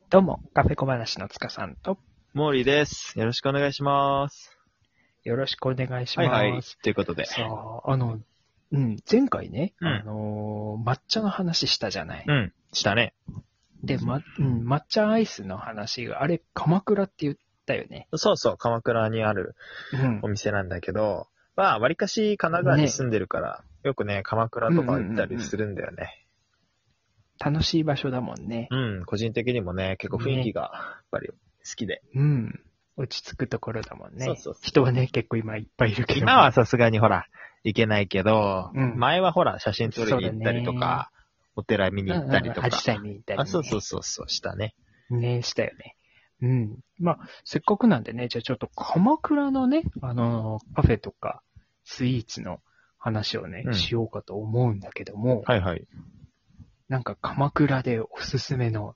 どうも、カフェ小話の塚さんと、 モーリーです。よろしくお願いします。 よろしくお願いします。 はいはい。ということで。 さあ、前回ね、 うん。 抹茶の話したじゃない。 うん。したね。 で、抹茶アイスの話が、あれ、鎌倉って言ったよね。 そうそう、鎌倉にあるうんお。店なんだけど、まあ、わりかし神奈川にね。 住んでるから、よくね、鎌倉とか行ったりするんだよね。 楽しい場所だもんね。 うん。個人的にもね、結構雰囲気ね。 が、やっぱり好きで。 うん。落ち着くところだもんね。 そうそうそう人はね、結構今いっぱいいるけど。 今はさすがにほら、行けないけど、 うん前はほら、写真撮りに行ったりとそうだねか、お寺見に行ったりとか。 アジサイ見に行ったりね。 あ、そうそうそうそう、したね。 ね、したよね。うん。まあ、せっかくなんでね、じゃあちょっと鎌倉のね、カフェとかスイーツの話をね、 うんしようかと思うんだけども、 はいはい。 なんか鎌倉でおすすめの、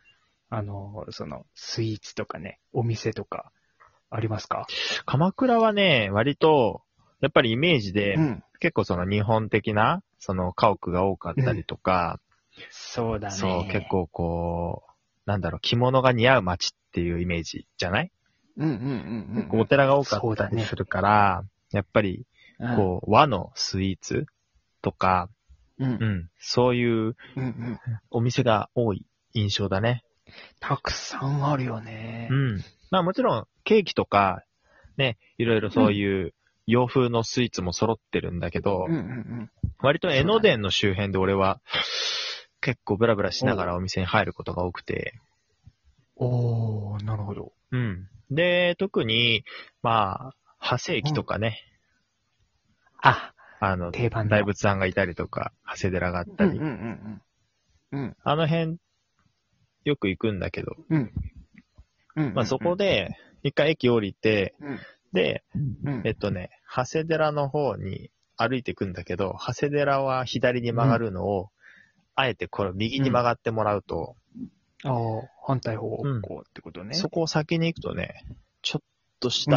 スイーツとかね、お店とかありますか？ 鎌倉はね、割と、やっぱりイメージで、 うん。 結構その日本的な、その家屋が多かったりとか、 そうだね。 そう、結構こう、なんだろう、着物が似合う街っていうイメージじゃない？ うんうんうんうん。 結構お寺が多かったそうだね。 りするから、やっぱり、こう、和のスイーツとか、 うん。うん。 そういううんうん。 お店が多い印象だね。 たくさんあるよね。 まあもちろん、ケーキとか、ね、いろいろそういう洋風のスイーツも揃ってるんだけど、 うんうんうん。 割と江ノ電の周辺で俺は結構ブラブラしながらおお店に入ることが多くて。 おー、なるほど。 で、特に、まあ、派生期とかね、 あ、定番の。 大仏さんがいたりとか、長谷寺があったり、 うんうんうんうん。うん。 あの辺よく行くんだけど、 うん。うん。 まあそこで一回駅降りて、 うん。 で、 うん。 長谷寺の方に歩いていくんだけど、長谷寺は左に曲がるのを、あえてこれ右に曲がってもらうと、 ああ、反対方向ってことね。 そこを先に行くとね、ちょっとした、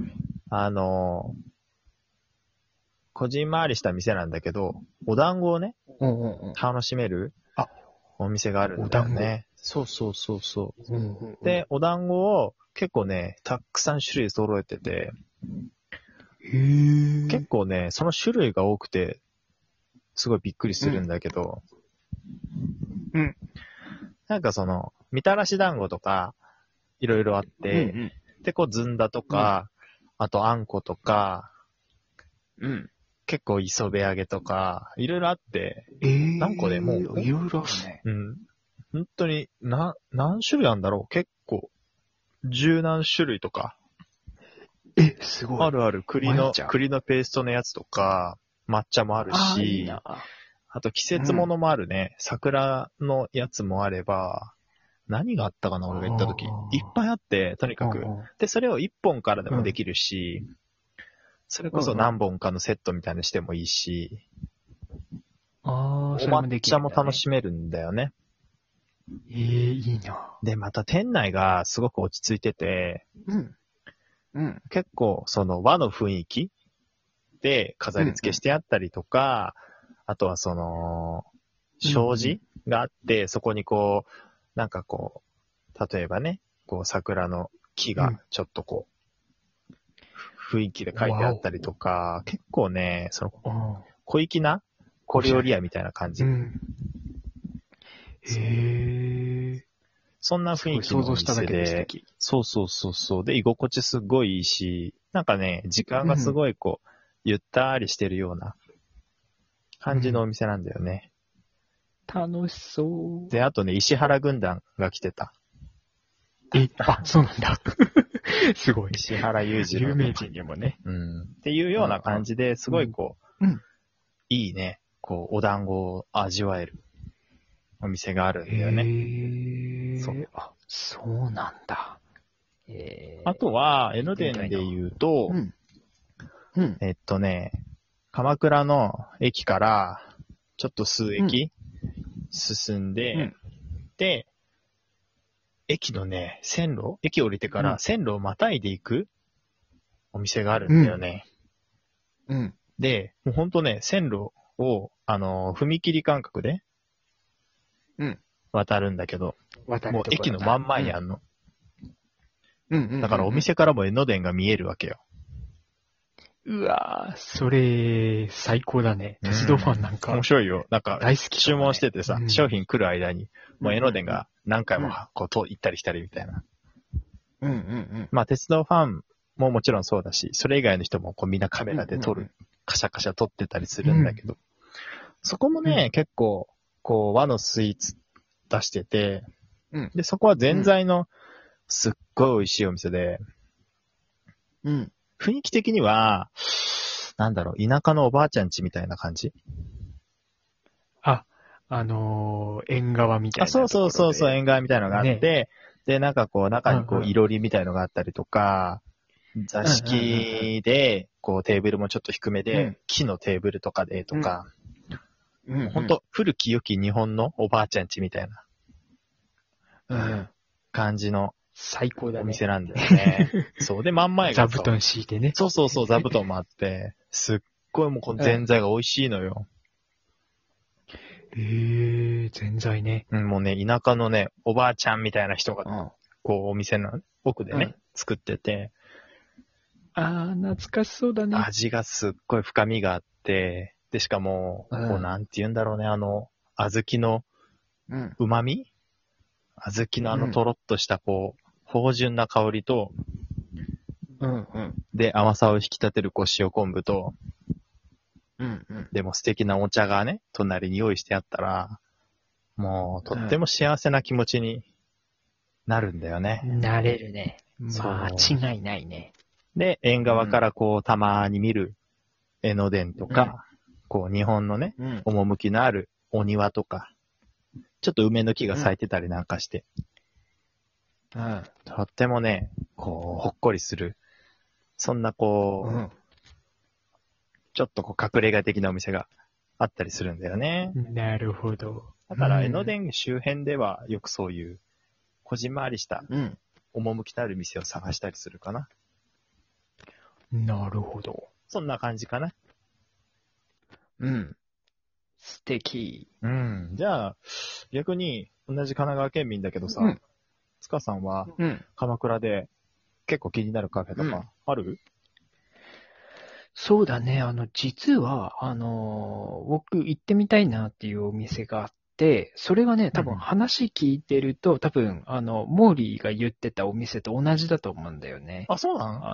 こじんまりした店なんだけど、お団子をね、 うんうんうん。 楽しめるあ、 お店があるんだよね。そうそうそうそう。 うんうんうん。 で、お団子を結構ね、たくさん種類揃えてて、 へえ。 結構ね、その種類が多くて、すごいびっくりするんだけど、 うん。 なんかその、みたらし団子とか、いろいろあっうんて、で、こう、ずんだとか、あとあんことか、 うん。うん。 結構磯辺揚げとか、いろいろあって、何個でもう、 いろいろあるね。 本当に、何種類あるんだろう？結構、十何種類とか。 すごい。 あるある、栗の迷っちゃうペーストのやつとか、抹茶もあるああ、いいし、 な。 あと季節ものもあるね。桜のやつもあれば、何があったかな俺が行った時。いっぱいあって、とにかく。で、それを1本からでもできるし、それこそ何本かのセットみたいにしてもいいし、 ああ、そおれもで抹茶もきるんだね。 楽しめるんだよね。 いいな。 で、また店内がすごく落ち着いてて、 うん。うん。 結構その和の雰囲気で飾り付けしてあったりとか、あとはその、障子があって、そこにこう、なんかこう、例えばね、こう桜の木がちょっとこう、雰囲気で書いてあったりとか、結構ね、その、小粋な小料理屋みたいな感じ。 へえ。 そんな雰囲気のお店で、そうそうそうそう。で、居心地すごいいいし、なんかね、時間がすごいこう、ゆったりしてるような感じのお店なんだよね。 楽しそう。 で、あとね、石原軍団が来てた。 そうなんだ。すごい。 石原裕次郎。 有名人にもね。 っていうような感じで、すごいこう、いいね、こう、お団子を味わえるお店があるんだよね。 そう。そうなんだ。 あとは、江ノ電で言うと、鎌倉の駅から、ちょっと数駅進んで、で、駅のね、駅降りてから線路をまたいでいくお店があるんだよね。で、もうほんとね、線路を、踏切感覚で、 渡るんだけど、もう渡るところ駅の真ん前にあんの。 うんうんうんうん。 だからお店からも江ノ電が見えるわけよ。 うわぁ、それ、最高だね。鉄道ファンなんか面、白いよ。なんか、 大好き注かもね文しててさ、 うん商品来る間に、もう江ノ電が何回もこう、行ったり来たりみたいな。 うんうんまあ、鉄道ファンももちろんそうだし、それ以外の人もこうみんなカメラで撮る、カシャカシャ撮ってたりするんだけど、そこもね、 うん結構、こう、和のスイーツ出してて、 うん。 で、そこはぜんざいのすっごい美味しいお店で、 うん。 雰囲気的には、なんだろう、田舎のおばあちゃん家みたいな感じ。 あ、縁側みたいなところで。 そう、縁側みたいなのがあって、で、なんかこう、中にこう、 うんうんいろりみたいのがあったりとか、座敷で、こう、テーブルもちょっと低めうでん、 木のテーブルとかで、とか、 うん。 ほんと、古き良き日本のおばあちゃん家みたいなうん。 感じの最高だね。 お店なんだよね。そう。で、真ん前が座布団敷いてね。 そう、座布団もあって、すっごいもうこのぜんざいが美味しいのよ。 ぜんざいね。 うん、もうね、田舎のね、おばあちゃんみたいな人が、 ん。 こう、お店の奥でね、 うん作ってて、 懐かしそうだね。 味がすっごい深みがあって、で、しかも、 うんこう、なんて言うんだろうね、小豆のうん。 旨味小豆のとろっとした、こう、芳醇な香りと、 うんうん。 で、甘さを引き立てる、こう、塩昆布と、 うんうん。 でも素敵なお茶がね、隣に用意してあったら、もう、とっても幸せな気持ちになるんだよね。 なれるね。 そう間違いないね。 で、縁側からこう、たまに見る江ノ電とか、こう、日本のね、 うん。 趣のあるお庭とか、ちょっと梅の木が咲いてたりなんかして、 うん。 とってもね、こう、ほっこりする、そんなこう、ちょっとこう、隠れ家的なお店があったりするんだよね。 なるほど。 だから、江ノ電周辺ではよくそういう、こじんまりしたうん。 趣のある店を探したりするかな。 なるほど。 そんな感じかな。 うん。素敵。 うん。じゃあ、逆に、同じ神奈川県民だけどさ、 うん塚さんはうん。 鎌倉で結構気になるカフェとうんかある？ そうだね。実は、僕行ってみたいなっていうお店があって、それがね、多分うん話聞いてると、多分、モーリーが言ってたお店と同じだと思うんだよね。 あ、そうなん？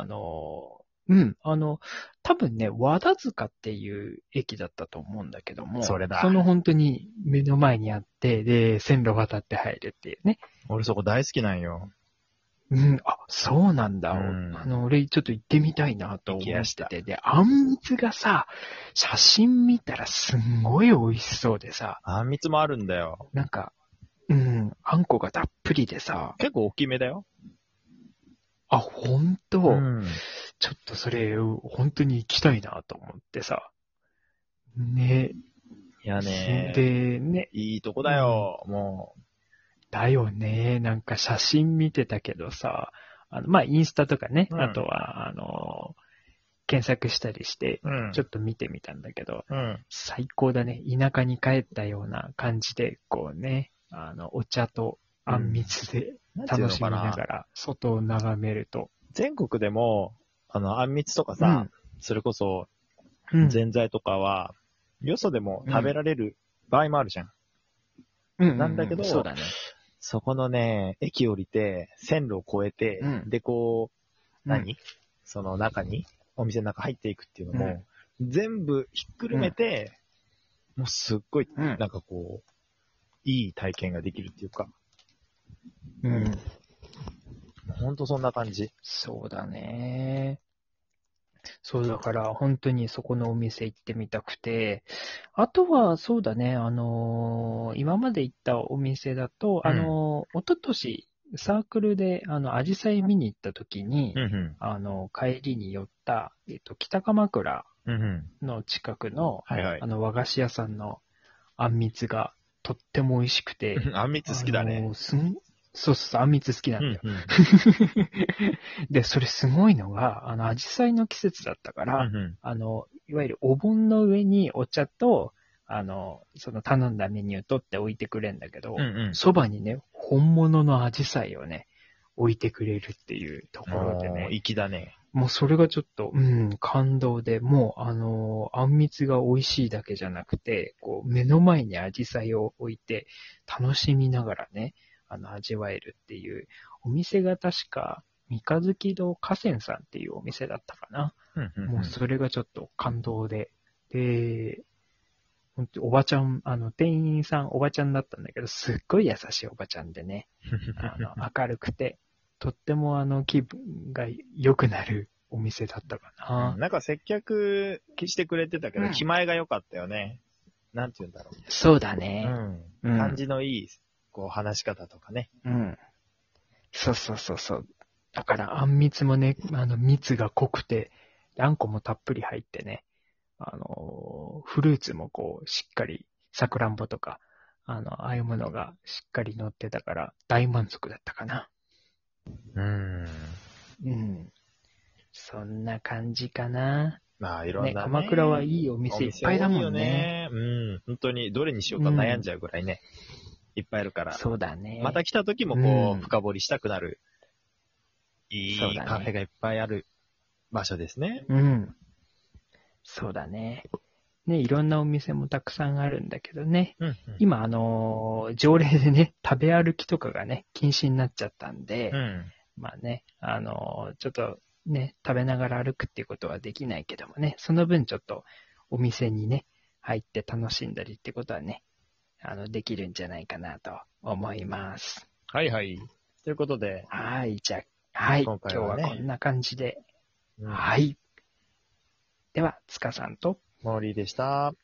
多分ね、和田塚っていう駅だったと思うんだけども、 それだその本当に目の前にあって、で、線路渡って入るっていうね。 俺そこ大好きなんよ。 うん、そうなんだ。 うん俺ちょっと行ってみたいなと思行きやしてたってて、で、あんみつがさ、写真見たらすんごい美味しそうでさ、 あんみつもあるんだよ。 なんか、あんこがたっぷりでさ、 結構大きめだよ。 ほんと、 うん。 ちょっとそれ、本当に行きたいなと思ってさ。ね。 いやね、 で、ね。 いいとこだよ、もだよね。なんか写真見てたけどさ、インスタとかね、 うんあとは、検索したりして、 う。うん。 ちょっと見てみたんだけど、 うん。 最高だね。田舎に帰ったような感じで、こうね、お茶とあんみつでなんていう楽しみのかな。 ながら、外を眺めると。 全国でも、あんみつとかさ、それこそ、 うん、 ぜんざいとかは、よそでも食べられる場合もあるじゃん。なんだけどそうだね。 そこのね、駅降りて、線路を越えて、 うんで、こう、 うん何その中に、お店の中入っていくっていうのも、全部ひっくるめて、もうすっごい、 うんなんかこう、いい体験ができるっていうか、 うん。 ほんとそんな感じ。 そうだね。そうだから、本当にそこのお店行ってみたくて、あとは、そうだね、今まで行ったお店だと、 うん一昨年、サークルで、アジサイ見に行った時に、 うん帰りに寄った、北鎌倉うん。うんうん。 の近くの、 はいはい。 和菓子屋さんのあんみつがとっても美味しくて、 あんみつ好きだね。 そうそう、あんみつ好きなんだよ。 うんで、それすごいのが、アジサイの季節だったから、 うん。 いわゆるお盆の上にお茶と、 その頼んだメニュー取って置いてくれんだけど、 うんうん。 そばにね、本物のアジサイをね、置いてくれるっていうところでね、 粋だね。 もうそれがちょっと、感動で、もう、あんみつが美味しいだけじゃなくて、こう、目の前にアジサイを置いて、楽しみながらね、味わえるっていう、お店が確か、三日月堂河川さんっていうお店だったかな。 うんうんうんもうそれがちょっと感動で、で、本当おばちゃん、店員さんおばちゃんだったんだけど、すっごい優しいおばちゃんでね、明るくて、とっても気分が良くなるお店だったかな。 なんか接客してくれてたけど、 うん気前が良かったよね。なんて言うんだろそうだう。 ね。 感じのいい、こう、話し方とかね。 うん。そうそうそうそう。だから、あんみつもね、蜜が濃くて、あんこもたっぷり入ってね、フルーツもこう、しっかり、さくらんぼとか、ああいうものがしっかり乗ってたから、大満足だったかな。 うん。 うん。そんな感じかな。 まあ、いろんね、 なね。 鎌倉はいいお店いっぱいだもんね。 多いよね。本当に、どれにしようか悩んじゃうぐらいね。いっぱいあるから。 そうだね。 また来た時もこう、 うん深掘りしたくなる、いそうだねいカフェがいっぱいある場所ですね。 うん。そうだね。ね、いろんなお店もたくさんあるんだけどね。 うん、 今、条例でね、食べ歩きとかがね、禁止になっちゃったんで、まあね、ちょっとね、食べながら歩くっていうことはできないけどもね、その分ちょっとお店にね、入って楽しんだりってことはね、できるんじゃないかなと思います。 はいはい。ということで、 はい、じゃあ、はい、今日今回はねはこんな感じで、 うん、 はい。では、塚さんと、 モーリーでした。